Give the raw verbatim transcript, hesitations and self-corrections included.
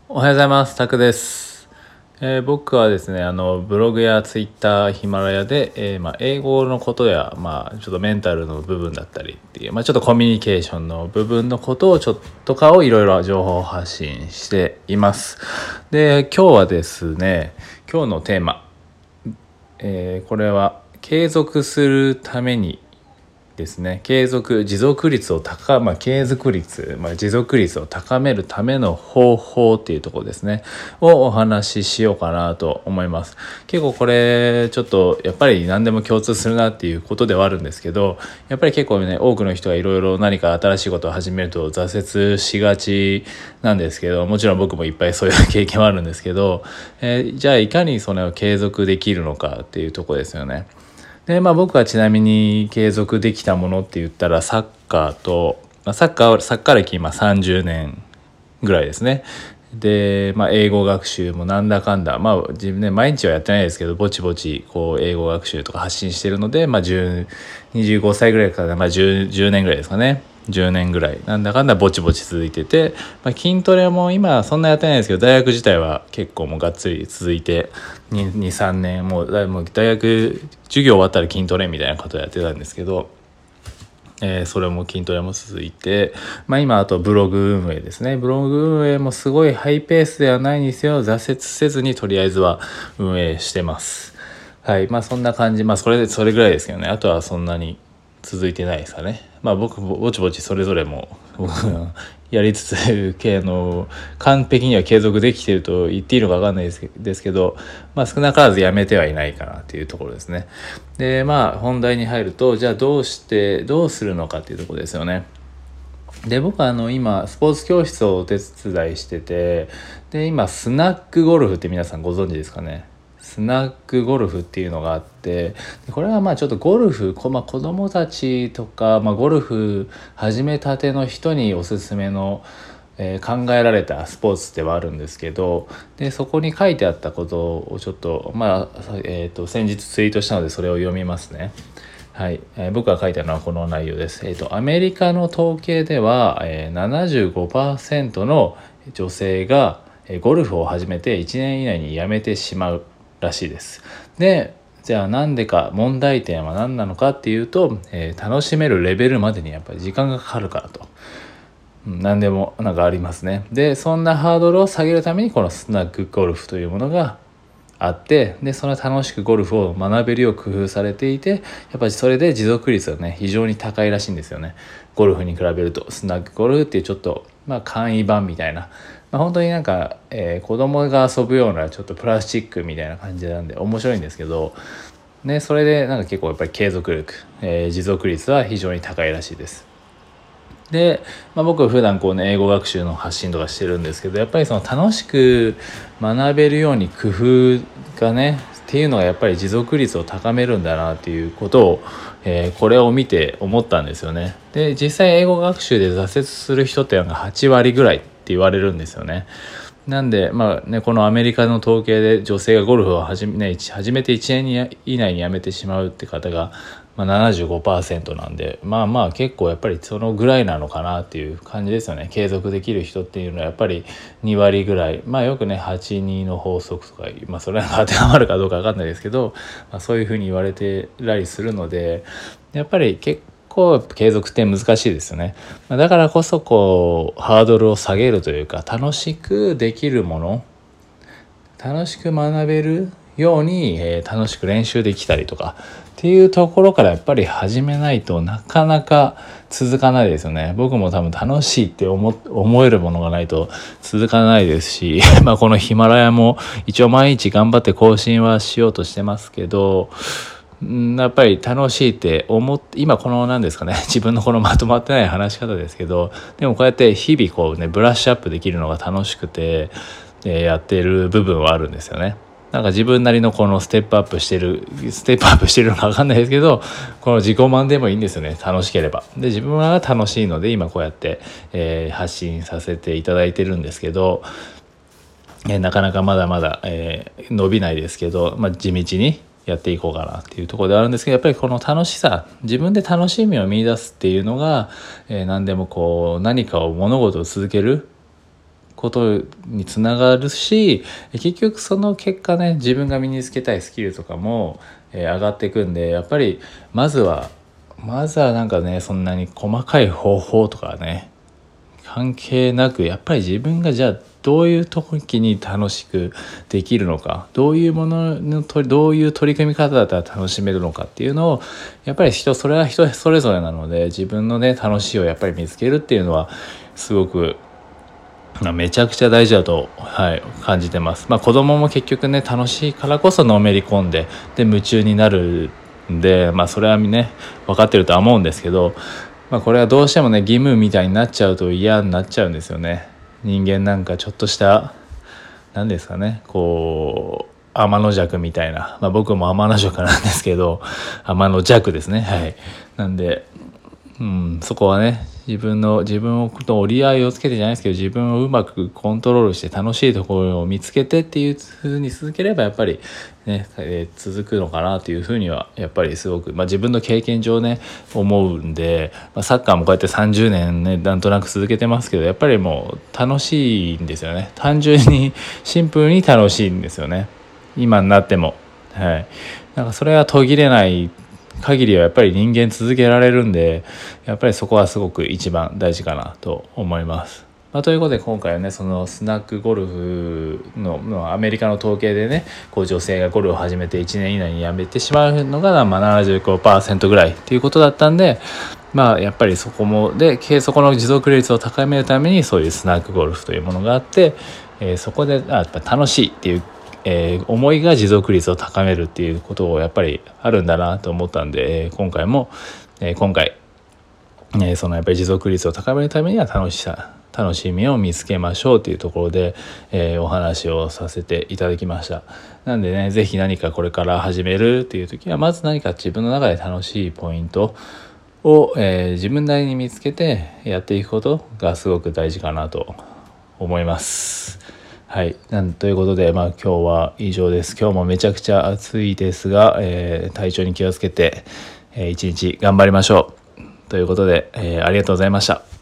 おはようございます。タクです。えー僕はですね、あのブログやツイッター、ヒマラヤで、えーまあ、英語のことや、まあ、ちょっとメンタルの部分だったりっていう、まあ、ちょっとコミュニケーションの部分のことをちょっとかをいろいろ情報発信しています。で、今日はですね、今日のテーマ、えーこれは継続するためにですね、継続持続率を高まあ継続率、まあ、持続率を高めるための方法っていうところですねをお話ししようかなと思います。結構これちょっとやっぱり何でも共通するなっていうことではあるんですけど、やっぱり結構ね多くの人がいろいろ何か新しいことを始めると挫折しがちなんですけど、もちろん僕もいっぱいそういう経験はあるんですけど、えーじゃあいかにそれを継続できるのかっていうところですよね。で、まあ僕はちなみに継続できたものって言ったらサッカーと、まあ、サッカー、サッカー歴今さんじゅうねんぐらいですね。で、まあ英語学習もなんだかんだ、まあ自分ね、毎日はやってないですけど、ぼちぼちこう英語学習とか発信してるので、まあじゅう、にじゅうごさいぐらいから、まあじゅう、じゅうねんぐらいですかね。じゅうねんぐらいなんだかんだぼちぼち続いてて、まあ、筋トレも今そんなやってないですけど、大学自体は結構もうがっつり続いてにさんねんもうだもう大学授業終わったら筋トレみたいなことをやってたんですけど、えーそれも筋トレも続いて、まあ、今あとブログ運営ですね。ブログ運営もすごいハイペースではないにせよ挫折せずにとりあえずは運営してます。はい、まあそんな感じ、まあそれでそれぐらいですけどね。あとはそんなに続いてないですかね。まあ僕ぼちぼちそれぞれもやりつつ系の完璧には継続できていると言っていいのか分かんないですけですけど、まあ少なからずやめてはいないかなっていうところですね。で、まあ本題に入ると、じゃあどうしてどうするのかっていうところですよね。で、僕はあの今スポーツ教室をお手伝いしてて、で今スナックゴルフって皆さんご存知ですかね。スナックゴルフっていうのがあって、これはまあちょっとゴルフ、こまあ、子供たちとか、まあ、ゴルフ始めたての人におすすめの、えー考えられたスポーツではあるんですけど、でそこに書いてあったことをちょっとまあ、えー、と先日ツイートしたのでそれを読みますね。はい、えー僕が書いたのはこの内容です。えっ、とアメリカの統計では、えー、ななじゅうごパーセントの女性がえーゴルフを始めていちねん以内に辞めてしまうらしいです。で、じゃあなんでか、問題点は何なのかっていうと、えー楽しめるレベルまでにやっぱり時間がかかるからと。うん、何でもなんかありますね。で、そんなハードルを下げるためにこのスナックゴルフというものがあって、でその楽しくゴルフを学べるよう工夫されていて、やっぱりそれで持続率がね非常に高いらしいんですよね。ゴルフに比べるとスナックゴルフっていうちょっとまあ簡易版みたいな、まあ、本当になんか、えー子供が遊ぶようなちょっとプラスチックみたいな感じなんで面白いんですけど、ね、それでなんか結構やっぱり継続力、えー持続率は非常に高いらしいです。で、まあ、僕は普段こうね英語学習の発信とかしてるんですけど、やっぱりその楽しく学べるように工夫がねっていうのがやっぱり持続率を高めるんだなっていうことを、えーこれを見て思ったんですよね。で、実際英語学習で挫折する人っていうのがはちわりぐらいって言われるんですよね。なんで、まあね、このアメリカの統計で女性がゴルフを始め、ね、始めていちねん以内に辞めてしまうって方が、まあ、ななじゅうごパーセント なんで、まあまあ結構やっぱりそのぐらいなのかなっていう感じですよね。継続できる人っていうのはやっぱりにわりぐらい、まあよくねはちにの法則とか、まあそれが当てはまるかどうか分かんないですけど、まあ、そういうふうに言われてたりするので、やっぱり結構継続って難しいですよね。だからこそこうハードルを下げるというか、楽しくできるもの、楽しく学べるように、えー楽しく練習できたりとかっていうところからやっぱり始めないとなかなか続かないですよね。僕も多分楽しいって思思えるものがないと続かないですしまあこのヒマラヤも一応毎日頑張って更新はしようとしてますけど、うんやっぱり楽しいって思って今この何ですかね自分のこのまとまってない話し方ですけど、でもこうやって日々こうねブラッシュアップできるのが楽しくて、えーやってる部分はあるんですよね。なんか自分なりのこのステップアップしてるステップアップしてるのか分かんないですけど、この自己満でもいいんですよね。楽しければ。で自分は楽しいので今こうやって、えー発信させていただいてるんですけど、えーなかなかまだまだ、えー伸びないですけど、まあ、地道にやっていこうかなっていうところであるんですけど、やっぱりこの楽しさ、自分で楽しみを見出すっていうのが、えー何でもこう何かを物事を続けることにつながるし、結局その結果ね、自分が身につけたいスキルとかも、えー上がっていくんで、やっぱりまずはまずはなんかね、そんなに細かい方法とかね関係なく、やっぱり自分がじゃあどういう時に楽しくできるのか、どういうもののとどういう取り組み方だったら楽しめるのかっていうのを、やっぱり人それは人それぞれなので、自分のね楽しいをやっぱり見つけるっていうのはすごくまあめちゃくちゃ大事だと、はい、感じてます。まあ子供も結局ね楽しいからこそのめり込んで、で夢中になるんで、まあそれはね分かってるとは思うんですけど、まあこれはどうしてもね義務みたいになっちゃうと嫌になっちゃうんですよね。人間なんかちょっとした何ですかね、こう天の弱みたいな、まあ僕も天の弱なんですけど、天の弱ですね、はい。なんで、うん、そこはね自分の自分をと折り合いをつけてじゃないですけど、自分をうまくコントロールして楽しいところを見つけてっていう風に続ければ、やっぱりね、えー続くのかなというふうにはやっぱりすごく、まあ、自分の経験上ね思うんで、まあ、サッカーもこうやってさんじゅうねんねなんとなく続けてますけど、やっぱりもう楽しいんですよね。単純にシンプルに楽しいんですよね、今になっても。はい、なんかそれは途切れない限りはやっぱり人間続けられるんで、やっぱりそこはすごく一番大事かなと思います。まあ、ということで今回はね、そのスナックゴルフ の, のアメリカの統計でね、こう女性がゴルフを始めていちねん以内に辞めてしまうのが、まあ、ななじゅうごパーセント ぐらいっていうことだったんで、まあやっぱりそこもでそこの持続率を高めるためにそういうスナックゴルフというものがあって、えー、そこであやっぱ楽しいっていうえー、思いが持続率を高めるっていうことをやっぱりあるんだなと思ったんで、えー、今回も、えー、今回、えー、そのやっぱり持続率を高めるためには楽しさ楽しみを見つけましょうというところで、えー、お話をさせていただきました。なんでね、ぜひ何かこれから始めるっていう時は、まず何か自分の中で楽しいポイントを、えー、自分なりに見つけてやっていくことがすごく大事かなと思います。はい、なんということで、まあ、今日は以上です。今日もめちゃくちゃ暑いですが、えー、体調に気をつけて、えー、一日頑張りましょうということで、えー、ありがとうございました。